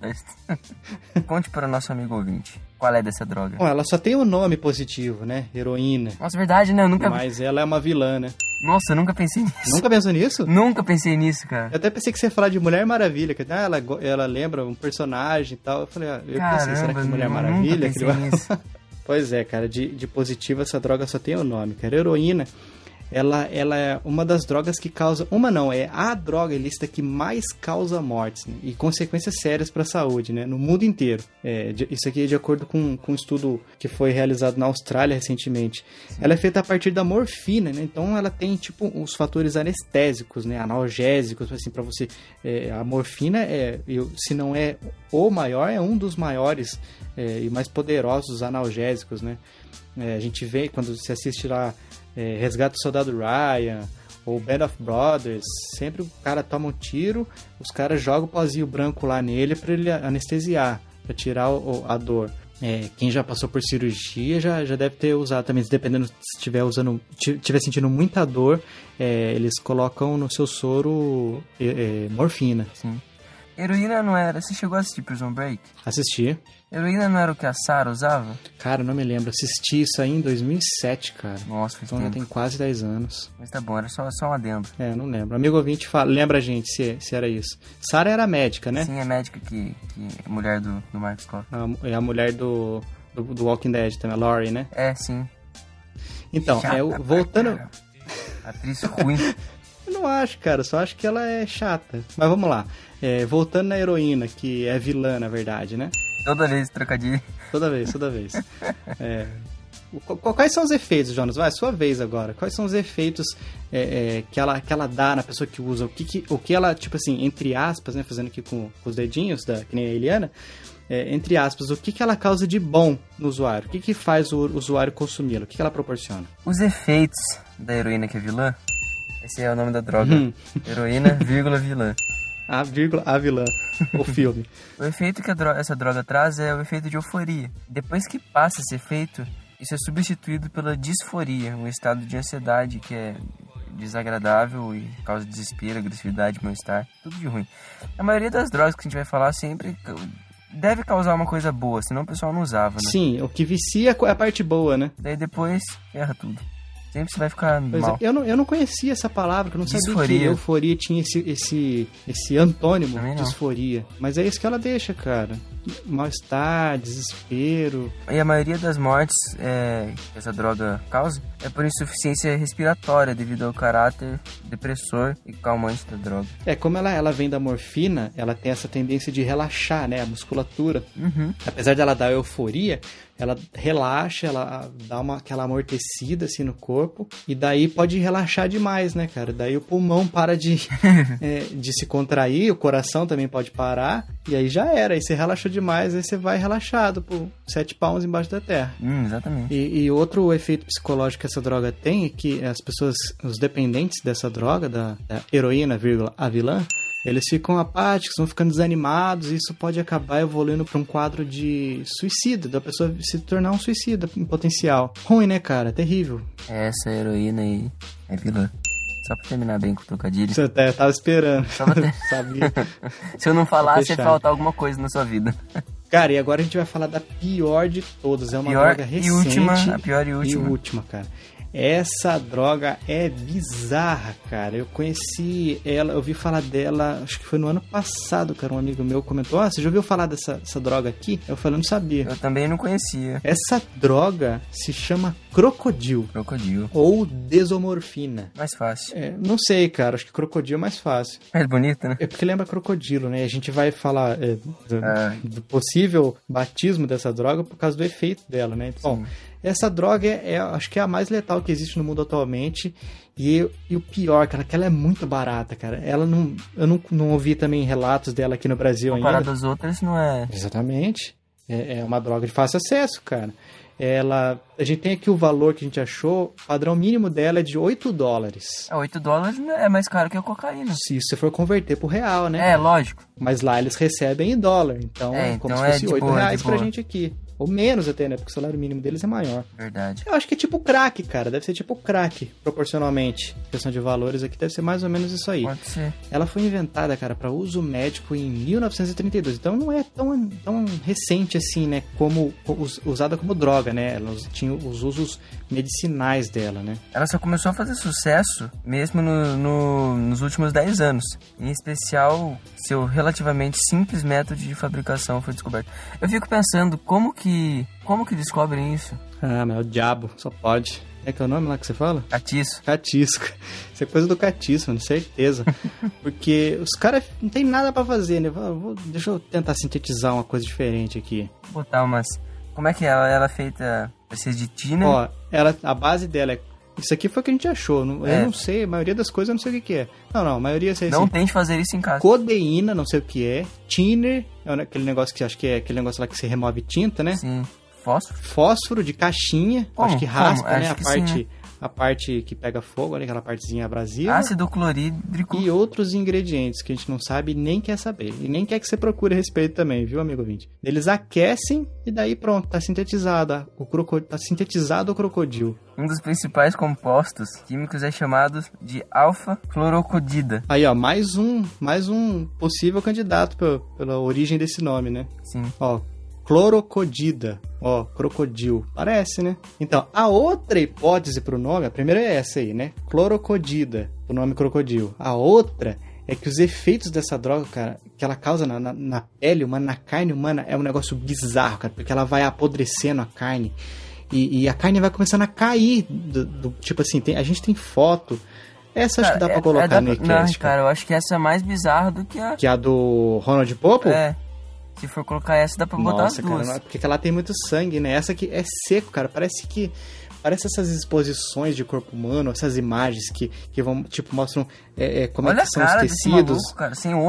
Conte para o nosso amigo ouvinte. Qual é dessa droga? Bom, ela só tem um nome positivo, né? Heroína. Nossa, verdade, né? Eu nunca... Mas ela é uma vilã, né? Nossa, eu nunca pensei nisso. Nunca pensou nisso? Nunca pensei nisso, cara. Eu até pensei que você ia falar de Mulher Maravilha, que ela lembra um personagem e tal. Eu falei, pensei, será que Mulher Maravilha? Nunca pensei nisso. Pois é, cara, de positivo essa droga só tem o nome, cara. Heroína, ela é uma das drogas que causa... é a droga ilícita que mais causa mortes, né? E consequências sérias para a saúde, né? No mundo inteiro. Isso aqui é de acordo com um estudo que foi realizado na Austrália recentemente. Ela é feita a partir da morfina, né? Então ela tem, tipo, os fatores anestésicos, né? Analgésicos, assim, para você... a morfina, se não é o maior, é um dos maiores e mais poderosos analgésicos, né? A gente vê, quando você assiste lá Resgate do Soldado Ryan ou Band of Brothers, sempre o cara toma um tiro, os caras jogam o pozinho branco lá nele para ele anestesiar, para tirar a dor. Quem já passou por cirurgia já deve ter usado também, dependendo se estiver sentindo muita dor, eles colocam no seu soro morfina. Sim. Heroína não era... Você chegou a assistir Prison Break? Assisti. Heroína não era o que a Sarah usava? Cara, não me lembro. Assisti isso aí em 2007, cara. Nossa, faz então já tem quase 10 anos. Mas tá bom, era só um adendo. Não lembro. Amigo ouvinte, lembra a gente se era isso. Sarah era médica, né? Sim, é médica que é mulher do Mark Scott. É a mulher do Walking Dead também, a Laurie, né? Sim. Então, voltando... Atriz ruim. Eu não acho, cara. Só acho que ela é chata. Mas vamos lá. Voltando na heroína, que é vilã, na verdade, né? Toda vez, trocadilho. Toda vez. Quais são os efeitos, Jonas? Vai, sua vez agora. Quais são os efeitos que ela dá na pessoa que usa? O que ela, tipo assim, entre aspas, né? Fazendo aqui com os dedinhos, que nem a Eliana. Entre aspas, o que ela causa de bom no usuário? O que faz o usuário consumi-la? O que ela proporciona? Os efeitos da heroína que é vilã. Esse é o nome da droga. Heroína, vilã. A vilã, o filme. O efeito que essa droga traz é o efeito de euforia. Depois que passa esse efeito, isso é substituído pela disforia, um estado de ansiedade que é desagradável e causa desespero, agressividade, mal-estar, tudo de ruim. A maioria das drogas que a gente vai falar sempre deve causar uma coisa boa, senão o pessoal não usava, né? Sim, o que vicia é a parte boa, né? Daí depois erra tudo. Sempre você vai ficar pois mal. É, eu não conhecia essa palavra, eu não sabia Disforia. que euforia tinha esse antônimo, Também não. disforia. Mas é isso que ela deixa, cara. Mal-estar, desespero. E a maioria das mortes que essa droga causa é por insuficiência respiratória, devido ao caráter depressor e calmante da droga. Como ela vem da morfina, ela tem essa tendência de relaxar, né? A musculatura. Uhum. Apesar dela dar euforia, ela relaxa, ela dá aquela amortecida assim no corpo, e daí pode relaxar demais, né, cara? Daí o pulmão para de se contrair, o coração também pode parar, e aí já era. Aí você relaxou demais, aí você vai relaxado por 7 palmos embaixo da terra. Exatamente. E outro efeito psicológico que essa droga tem é que as pessoas, os dependentes dessa droga, da heroína, a vilã, eles ficam apáticos, vão ficando desanimados, e isso pode acabar evoluindo para um quadro de suicídio, da pessoa se tornar um suicida em potencial. Ruim, né, cara? Terrível. Essa heroína aí é vilã. Só pra terminar bem com o trocadilho. Você até tava esperando. Sabia. Se eu não falasse, ia faltar alguma coisa na sua vida. Cara, e agora a gente vai falar da pior de todas. É uma droga recente. A pior e última. Cara. Essa droga é bizarra, cara. Eu conheci ela, eu ouvi falar dela, acho que foi no ano passado, cara. Um amigo meu comentou: você já ouviu falar dessa droga aqui? Eu falei: não sabia. Eu também não conhecia. Essa droga se chama crocodil. Ou desomorfina. Mais fácil. Não sei, cara. Acho que crocodil é mais fácil. Mais bonito, né? É porque lembra crocodilo, né? A gente vai falar do possível batismo dessa droga por causa do efeito dela, né? Bom, essa droga acho que é a mais letal que existe no mundo atualmente. E o pior, cara, que ela é muito barata, cara. Eu não ouvi também relatos dela aqui no Brasil ainda. Comparado às outras, não é... Exatamente. É uma droga de fácil acesso, cara. A gente tem aqui o valor que a gente achou, o padrão mínimo dela é de $8. $8 é mais caro que a cocaína. Se você for converter pro real, né? É, lógico. Mas lá eles recebem em dólar, então é como se fosse R$8 pra gente aqui. Ou menos até, né? Porque o salário mínimo deles é maior. Verdade. Eu acho que é tipo crack, cara. Deve ser tipo crack, proporcionalmente. A questão de valores aqui deve ser mais ou menos isso aí. Pode ser. Ela foi inventada, cara, para uso médico em 1932. Então não é tão recente assim, né? Como usada como droga, né? Ela tinha os usos medicinais dela, né? Ela só começou a fazer sucesso mesmo nos últimos 10 anos. Em especial, seu relativamente simples método de fabricação foi descoberto. Eu fico pensando, como que descobrem isso? Ah, mas é o diabo, só pode. É que é o nome lá que você fala? Catiço. Catisco. Isso é coisa do catiço, mano, certeza. Porque os caras não tem nada pra fazer, né? Deixa eu tentar sintetizar uma coisa diferente aqui. Vou botar umas... Como é que é? Ela é feita... Vai ser de tina? Ó, a base dela é... Isso aqui foi o que a gente achou. Eu não sei, a maioria das coisas eu não sei o que é. Não, a maioria... Não tente fazer isso em casa. Codeína, não sei o que é. Thinner, é aquele negócio que acho que é aquele negócio lá que você remove tinta, né? Sim. Fósforo? Fósforo de caixinha. Acho que raspa, né? A parte que pega fogo, aquela partezinha abrasiva. Ácido clorídrico. E outros ingredientes que a gente não sabe e nem quer saber. E nem quer que você procure a respeito também, viu, amigo ouvinte? Eles aquecem e daí pronto, tá sintetizado o crocodilo. Um dos principais compostos químicos é chamado de alfa-clorocodida. Aí, ó, mais um possível candidato pela origem desse nome, né? Sim. Ó, clorocodida. Ó, crocodilo. Parece, né? Então, a outra hipótese pro nome, a primeira é essa aí, né? Clorocodida, o nome crocodilo. A outra é que os efeitos dessa droga, cara, que ela causa na pele humana, na carne humana, é um negócio bizarro, cara, porque ela vai apodrecendo a carne. E a carne vai começando a cair. Tipo assim, a gente tem foto. Essa acho que dá pra colocar no e-cast. Não, cara, eu acho que essa é mais bizarra do que a... Que a do Ronald Popo? É. Se for colocar essa, dá pra botar as duas. Cara, porque ela tem muito sangue, né? Essa aqui é seco, cara. Parece essas exposições de corpo humano, essas imagens que vão, tipo, mostram como é que são os tecidos. Maluco, cara, sem olho.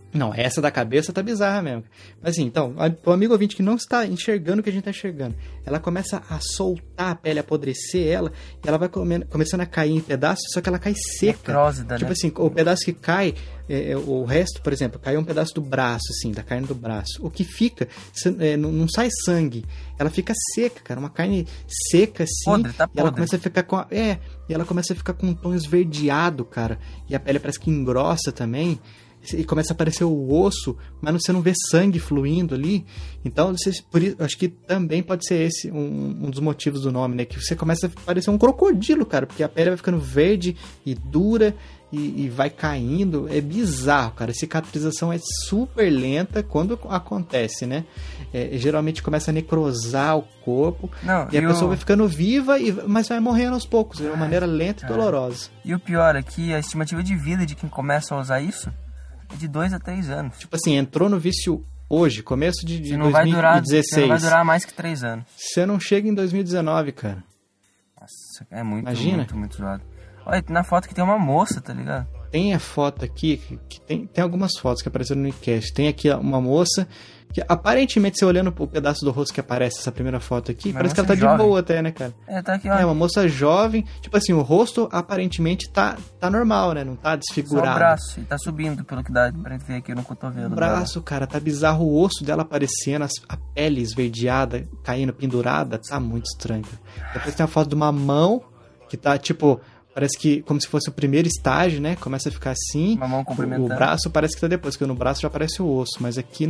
Não, essa da cabeça tá bizarra mesmo. Mas assim, então, o amigo ouvinte que não está enxergando o que a gente tá enxergando, ela começa a soltar a pele, apodrecer ela, e ela vai começando a cair em pedaços, só que ela cai seca. Necrósida, tipo né? assim, o pedaço que cai, o resto, por exemplo, caiu um pedaço do braço, assim, da carne do braço. O que fica, não sai sangue, ela fica seca, cara, uma carne seca, assim. Podre, tá podre. E ela começa a ficar e ela começa a ficar com um tom esverdeado, cara, e a pele parece que engrossa também. E começa a aparecer o osso, mas você não vê sangue fluindo ali. Então, por isso, acho que também pode ser esse um dos motivos do nome, né? Que você começa a parecer um crocodilo, cara, porque a pele vai ficando verde e dura e vai caindo. É bizarro, cara. A cicatrização é super lenta quando acontece, né? Geralmente começa a necrosar o corpo. Não, e a pessoa vai ficando viva, mas vai morrendo aos poucos, de uma maneira lenta e dolorosa. E o pior é que a estimativa de vida de quem começa a usar isso é de 2 a 3 anos. Tipo assim, entrou no vício hoje, começo de 2016. Você não vai durar mais que 3 anos. Você não chega em 2019, cara. Nossa, é muito, Imagina. muito zoado. Olha, na foto que tem uma moça, tá ligado? Tem a foto aqui, que tem algumas fotos que apareceram no iCast. Tem aqui uma moça, que aparentemente, você olhando o pedaço do rosto que aparece, essa primeira foto aqui, parece que ela tá jovem. de boa até, né, cara? Tá aqui, ó. Uma moça jovem, tipo assim, o rosto aparentemente tá normal, né? Não tá desfigurado. Só o braço, e tá subindo, pelo que dá pra gente ver aqui no cotovelo. O braço, cara, tá bizarro, o osso dela aparecendo, a pele esverdeada, caindo, pendurada, tá muito estranho. Depois tem a foto de uma mão, que tá, tipo, parece que como se fosse o primeiro estágio, né? Começa a ficar assim. Uma mão cumprimentando. O braço parece que tá depois, porque no braço já aparece o osso, mas aqui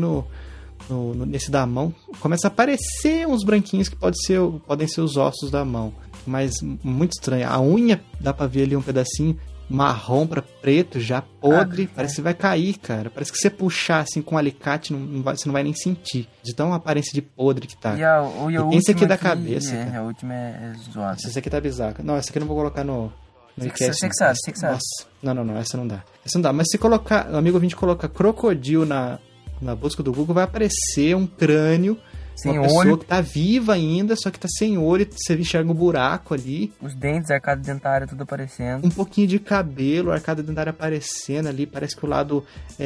nesse da mão começa a aparecer uns branquinhos que podem ser os ossos da mão, mas muito estranho. A unha, dá pra ver ali um pedacinho marrom pra preto, já podre, parece que vai cair, cara. Parece que você puxar assim com um alicate, você não vai nem sentir, de tão aparência de podre que tá. E tem esse aqui da cabeça, cara. A última é zoada. Esse aqui tá bizarro. Não, essa aqui eu não vou colocar no Você que sabe. Nossa, não, essa não dá. Essa não dá, mas se colocar, o amigo ouvinte coloca crocodilo na busca do Google, vai aparecer um crânio, sem uma pessoa olho, que tá viva ainda, só que tá sem olho, você enxerga um buraco ali. Os dentes, a arcada dentária, tudo aparecendo. Um pouquinho de cabelo, a arcada dentária aparecendo ali, parece que o lado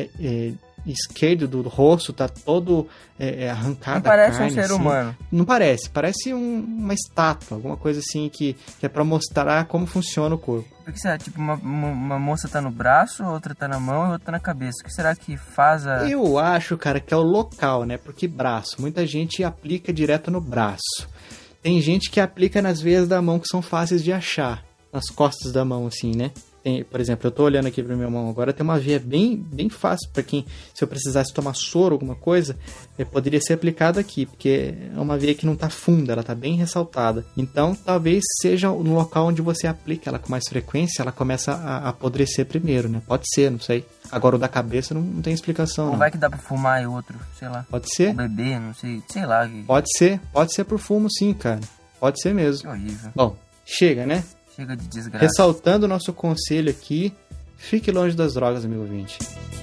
esquerdo do rosto tá todo arrancado. Não parece carne, um ser assim. humano. Não parece uma estátua, alguma coisa assim que é pra mostrar como funciona o corpo. Por que será? Tipo, uma moça tá no braço, outra tá na mão e outra tá na cabeça. O que será que faz a... Eu acho, cara, que é o local, né? Porque braço, muita gente aplica direto no braço. Tem gente que aplica nas veias da mão que são fáceis de achar. Nas costas da mão, assim, né? Por exemplo, eu tô olhando aqui pra minha mão agora, tem uma veia bem fácil pra quem, se eu precisasse tomar soro, alguma coisa, poderia ser aplicado aqui, porque é uma veia que não tá funda, ela tá bem ressaltada. Então, talvez seja no local onde você aplica ela com mais frequência, ela começa a apodrecer primeiro, né? Pode ser, não sei. Agora o da cabeça não tem explicação, Ou não. vai que dá pra fumar e outro, sei lá. Pode ser? Ou beber, não sei lá. Pode ser por fumo sim, cara. Pode ser mesmo. Que horrível. Bom, chega, né? Chega de desgraça. Ressaltando o nosso conselho aqui, fique longe das drogas, amigo ouvinte.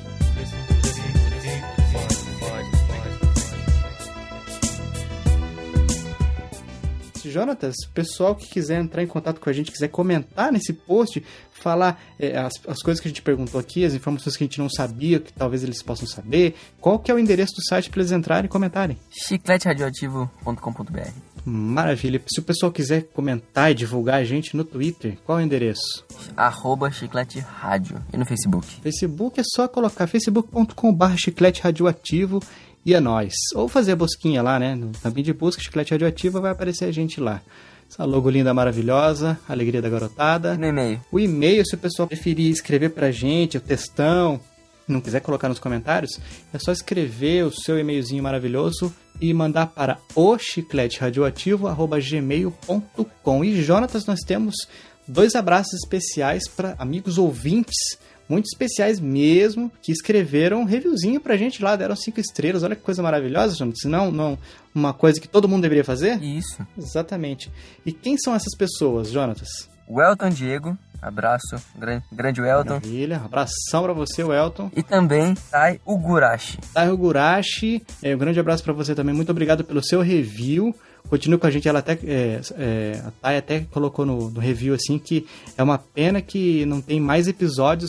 Jonatas, o pessoal que quiser entrar em contato com a gente, quiser comentar nesse post, falar as coisas que a gente perguntou aqui, as informações que a gente não sabia, que talvez eles possam saber, qual que é o endereço do site para eles entrarem e comentarem? chicleteradioativo.com.br. Maravilha. Se o pessoal quiser comentar e divulgar a gente no Twitter, qual é o endereço? @chicleteradio. E no Facebook? Facebook é só colocar facebook.com/chicleteradioativo e é nóis. Ou fazer a busquinha lá, né? No campinho de busca, Chiclete Radioativo, vai aparecer a gente lá. Essa logo linda, maravilhosa, alegria da garotada. E no e-mail? O e-mail, se o pessoal preferir escrever pra gente, o textão, não quiser colocar nos comentários, é só escrever o seu e-mailzinho maravilhoso e mandar para ochicleteradioativo@gmail.com. E, Jonatas, nós temos 2 abraços especiais para amigos ouvintes, muito especiais mesmo, que escreveram um reviewzinho pra gente lá, deram 5 estrelas. Olha que coisa maravilhosa, Jonatas. Não uma coisa que todo mundo deveria fazer? Isso. Exatamente. E quem são essas pessoas, Jonatas? O Elton Diego, abraço, grande Elton. Maravilha, abração pra você, Elton. E também Tai Ugurashi. Tai Ugurashi, um grande abraço pra você também, muito obrigado pelo seu review. Continue com a gente, ela até, a Thay até colocou no review assim que é uma pena que não tem mais episódios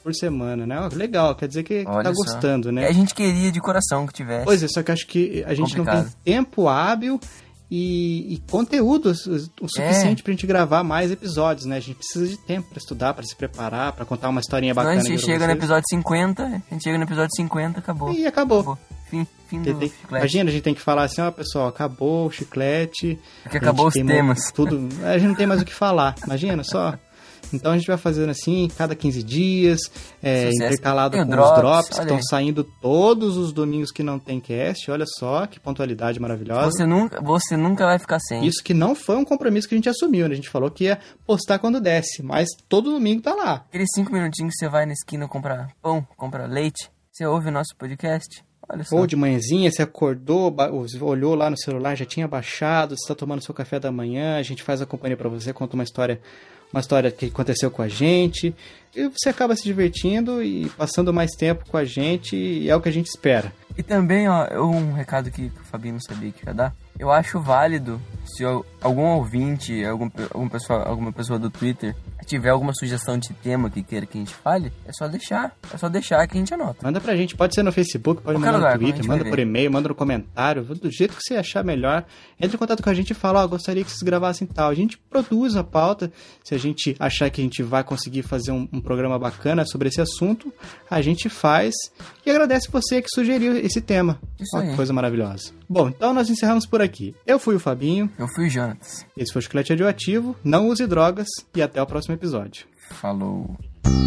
por semana, né? Ó, legal, quer dizer que tá gostando, né? A gente queria de coração que tivesse. Pois é, só que eu acho que a gente não tem tempo hábil e conteúdo o suficiente pra gente gravar mais episódios, né? A gente precisa de tempo pra estudar, pra se preparar, pra contar uma historinha bacana. A gente chega no episódio 50, acabou. E acabou. Fim do chiclete. Imagina, a gente tem que falar assim, ó, pessoal, acabou o chiclete. Porque acabou os temas. Tudo, a gente não tem mais o que falar, imagina só. Então a gente vai fazendo assim, cada 15 dias, intercalado com os drops que estão saindo todos os domingos que não tem cast. Olha só, que pontualidade maravilhosa. Você nunca vai ficar sem. Isso que não foi um compromisso que a gente assumiu, né? A gente falou que ia postar quando desse, mas todo domingo tá lá. Aqueles 5 minutinhos que você vai na esquina comprar pão, comprar leite, você ouve o nosso podcast. Olha só. Ou de manhãzinha, você acordou, olhou lá no celular, já tinha baixado, você tá tomando seu café da manhã, a gente faz a companhia pra você, conta uma história que aconteceu com a gente, e você acaba se divertindo e passando mais tempo com a gente, e é o que a gente espera. E também, ó, um recado que o Fabinho não sabia que ia dar. Eu acho válido, se algum ouvinte, alguma pessoa do Twitter tiver alguma sugestão de tema que queira que a gente fale, é só deixar que a gente anota. Manda pra gente, pode ser no Facebook, pode mandar no Twitter, manda por e-mail, manda no comentário, do jeito que você achar melhor. Entre em contato com a gente e fala, gostaria que vocês gravassem tal. A gente produz a pauta, se a gente achar que a gente vai conseguir fazer um programa bacana sobre esse assunto, a gente faz e agradece você que sugeriu esse tema. Isso Olha que coisa maravilhosa. Bom, então nós encerramos por aqui. Eu fui o Fabinho. Eu fui o Jonas. Esse foi o Chiclete Radioativo. Não use drogas e até o próximo episódio. Falou.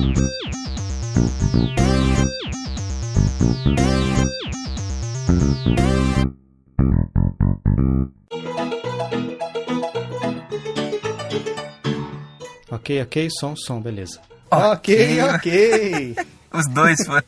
Ok, som, beleza. Ok. Os dois foram.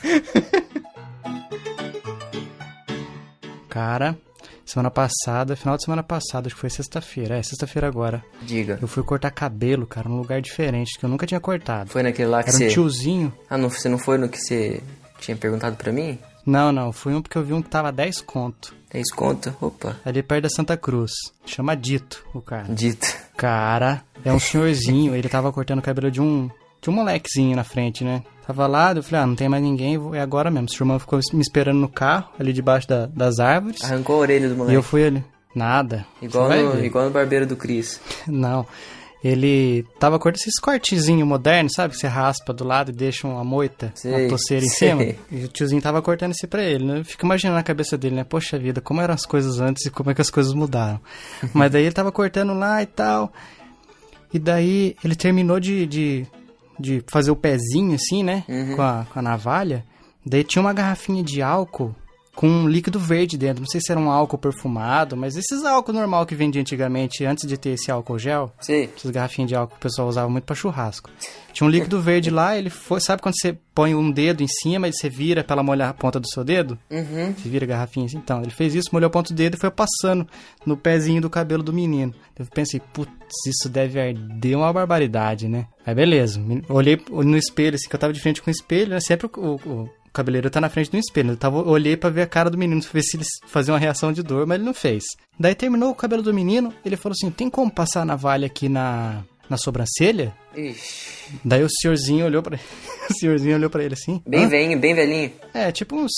Cara, final de semana passada, acho que foi sexta-feira. Sexta-feira agora. Diga. Eu fui cortar cabelo, cara, num lugar diferente, que eu nunca tinha cortado. Foi naquele lá que Era um tiozinho. você não foi no que você tinha perguntado pra mim? Não, fui um porque eu vi um que tava 10 conto. 10 conto? Opa. Ali perto da Santa Cruz. Chama Dito, o cara. Dito. Cara, é um senhorzinho, ele tava cortando o cabelo de um molequezinho na frente, né? Tava lá, eu falei, não tem mais ninguém, é agora mesmo. Sua irmã ficou me esperando no carro, ali debaixo das árvores. Arrancou a orelha do moleque. E eu fui ali. Nada. Igual no barbeiro do Cris. Não. Ele tava cortando esses cortezinhos modernos, sabe? Que você raspa do lado e deixa uma moita, uma toceira em cima. E o tiozinho tava cortando isso pra ele, né? Fica imaginando a cabeça dele, né? Poxa vida, como eram as coisas antes e como é que as coisas mudaram. Mas daí ele tava cortando lá e tal. E daí ele terminou de fazer o pezinho assim, né? Uhum. Com a navalha. Daí tinha uma garrafinha de álcool com um líquido verde dentro. Não sei se era um álcool perfumado, mas esses álcool normal que vendia antigamente, antes de ter esse álcool gel. Sim. Essas garrafinhas de álcool que o pessoal usava muito pra churrasco. Tinha um líquido verde lá, ele foi... Sabe quando você põe um dedo em cima e você vira pra ela molhar a ponta do seu dedo? Uhum. Você vira a garrafinha assim. Então, ele fez isso, molhou a ponta do dedo e foi passando no pezinho do cabelo do menino. Eu pensei, putz, isso deve arder uma barbaridade, né? Aí, beleza. Olhei no espelho, assim, que eu tava de frente com o espelho, né? Sempre o cabeleireiro tá na frente do espelho. Olhei pra ver a cara do menino, pra ver se ele fazia uma reação de dor, mas ele não fez. Daí terminou o cabelo do menino, ele falou assim, tem como passar a navalha aqui na sobrancelha? Ixi. Daí o senhorzinho olhou pra ele assim. Bem velhinho. É, tipo uns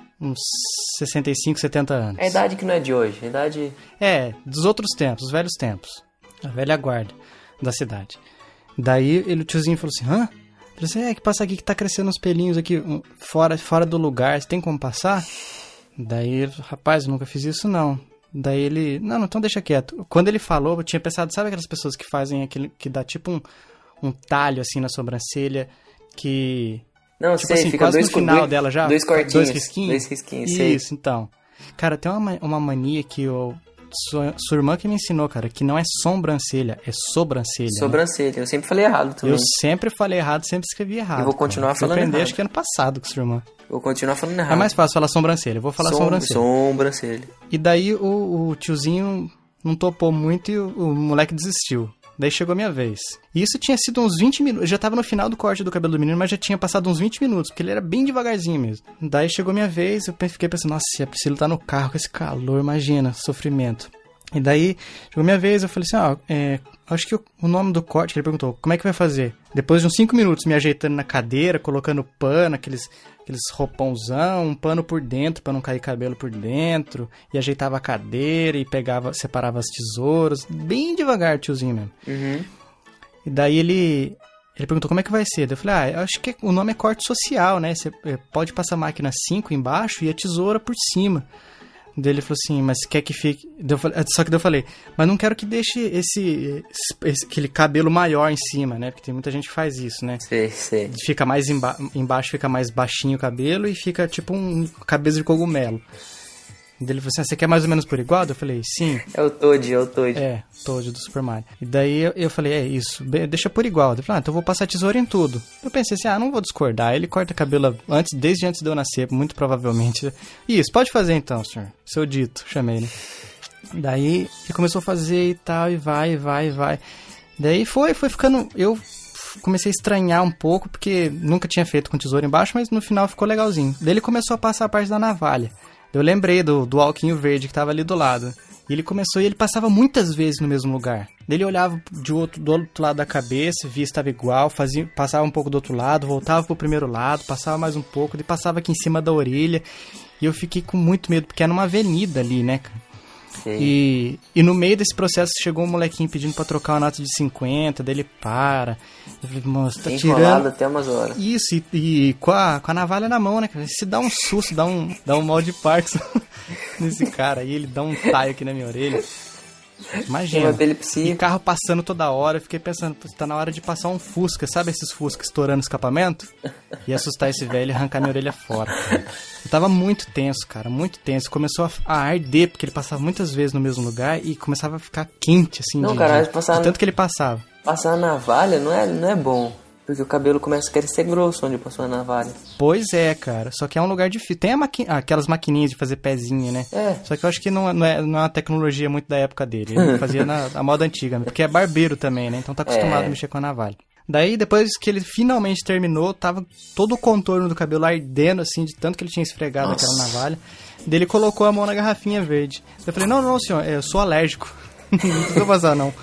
65, 70 anos. É a idade que não é de hoje, a idade... É, dos outros tempos, os velhos tempos. A velha guarda da cidade. Daí o tiozinho falou assim, hã? Ele disse, que passa aqui que tá crescendo uns pelinhos aqui fora do lugar, você tem como passar? Daí, rapaz, eu nunca fiz isso não. Daí ele, não, então deixa quieto. Quando ele falou, eu tinha pensado, sabe aquelas pessoas que fazem aquele, que dá tipo um talho assim na sobrancelha, que... Não, tipo sei, assim, fica quase no final dela já. Dois cortinhos. Dois risquinhos, sei. Isso, então. Cara, tem uma mania que sua irmã que me ensinou, cara, que não é sobrancelha, é sobrancelha. Sobrancelha, né? Eu sempre falei errado também. Eu sempre falei errado, sempre escrevi errado. Eu vou continuar falando errado. Eu aprendi, acho que ano passado com sua irmã. Vou continuar falando errado. É mais fácil falar sobrancelha, eu vou falar sobrancelha. Sobrancelha. E daí o tiozinho não topou muito e o moleque desistiu. Daí chegou a minha vez. E isso tinha sido uns 20 minutos. Eu já tava no final do corte do cabelo do menino, mas já tinha passado uns 20 minutos, porque ele era bem devagarzinho mesmo. Daí chegou a minha vez, eu fiquei pensando, nossa, se a Priscila tá no carro com esse calor, imagina, sofrimento. E daí, chegou minha vez, eu falei assim, acho que o nome do corte, que ele perguntou, como é que vai fazer? Depois de uns 5 minutos me ajeitando na cadeira, colocando pano, aqueles roupãozão, um pano por dentro pra não cair cabelo por dentro, e ajeitava a cadeira e separava as tesouras, bem devagar, tiozinho mesmo. Uhum. E daí ele perguntou como é que vai ser. Eu falei, acho que o nome é corte social, né? Você pode passar a máquina 5 embaixo e a tesoura por cima. Daí ele falou assim, mas quer que fique... Só que eu falei, mas não quero que deixe aquele cabelo maior em cima, né? Porque tem muita gente que faz isso, né? Sei. Fica mais embaixo, fica mais baixinho o cabelo e fica tipo um cabeça de cogumelo. Daí ele falou assim, você quer mais ou menos por igual? Eu falei, sim. É o Toad. É, Toad do Super Mario. E daí eu falei, isso, deixa por igual. Ele falou, então eu vou passar tesoura em tudo. Eu pensei assim, não vou discordar. Ele corta cabelo desde antes de eu nascer, muito provavelmente. Isso, pode fazer então, senhor. Seu dito, chamei, né? Daí ele começou a fazer e tal, e vai. Daí foi ficando... Eu comecei a estranhar um pouco, porque nunca tinha feito com tesoura embaixo, mas no final ficou legalzinho. Daí ele começou a passar a parte da navalha. Eu lembrei do alquinho verde que tava ali do lado. E ele passava muitas vezes no mesmo lugar. Daí ele olhava do outro lado da cabeça, via se estava igual, passava um pouco do outro lado, voltava pro primeiro lado, passava mais um pouco, daí passava aqui em cima da orelha. E eu fiquei com muito medo, porque era numa avenida ali, né, cara? E no meio desse processo chegou um molequinho pedindo pra trocar uma nota de 50, daí ele para. Eu falei, moço, tá tirando até umas horas. Isso, e com a navalha na mão, né, cara? Se dá um susto, dá um mal de Parkinson nesse cara aí, ele dá um taio aqui na minha orelha. Imagina. E carro passando toda hora, eu fiquei pensando, tá na hora de passar um Fusca, sabe esses Fusca estourando o escapamento? E assustar esse velho e arrancar minha orelha fora, cara. Eu tava muito tenso, cara, muito tenso. Começou a arder, porque ele passava muitas vezes no mesmo lugar e começava a ficar quente, assim, de tanto que ele passava. Passar a navalha não é bom. Porque o cabelo começa a querer ser grosso onde passou a navalha. Pois é, cara. Só que é um lugar difícil. Tem aquelas maquininhas de fazer pezinho, né? É. Só que eu acho que não é uma tecnologia muito da época dele. Ele fazia na moda antiga. Porque é barbeiro também, né? Então tá acostumado a mexer com a navalha. Daí, depois que ele finalmente terminou, tava todo o contorno do cabelo ardendo, assim, de tanto que ele tinha esfregado aquela navalha. Daí ele colocou a mão na garrafinha verde. Eu falei, não, senhor, eu sou alérgico. Não precisa passar, não.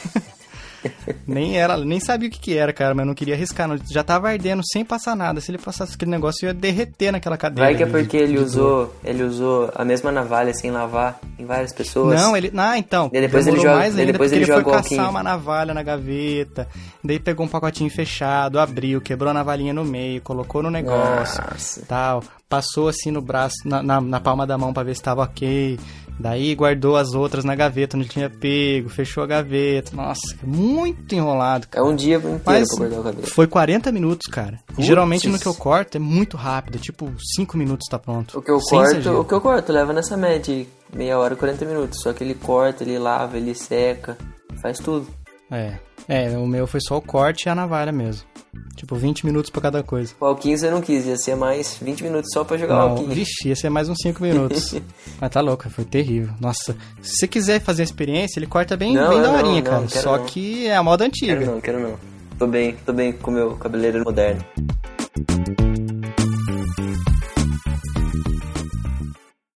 Nem sabia o que era, cara, mas não queria arriscar, não. Já tava ardendo sem passar nada. Se ele passasse aquele negócio, ia derreter naquela cadeira. Vai que é porque ele usou a mesma navalha sem lavar em várias pessoas. Não, então. E depois ele foi caçar uma navalha na gaveta, daí pegou um pacotinho fechado, abriu, quebrou a navalhinha no meio, colocou no negócio, tal. Passou assim no braço, na palma da mão pra ver se tava ok. Daí guardou as outras na gaveta onde tinha pego, fechou a gaveta. Nossa, muito enrolado, cara. É um dia inteiro pra guardar o cabelo. Foi 40 minutos, cara. E geralmente no que eu corto é muito rápido, tipo 5 minutos tá pronto. O que eu corto leva nessa média, meia hora, 40 minutos. Só que ele corta, ele lava, ele seca, faz tudo. O meu foi só o corte e a navalha mesmo. Tipo, 20 minutos pra cada coisa. O alquinho você não quis, ia ser mais 20 minutos só pra jogar o alquinho. Vixe, ia ser mais uns 5 minutos. Mas tá louco, foi terrível. Nossa, se você quiser fazer a experiência, ele corta bem daorinha, cara. Só que é a moda antiga. Quero não. Tô bem com o meu cabeleireiro moderno.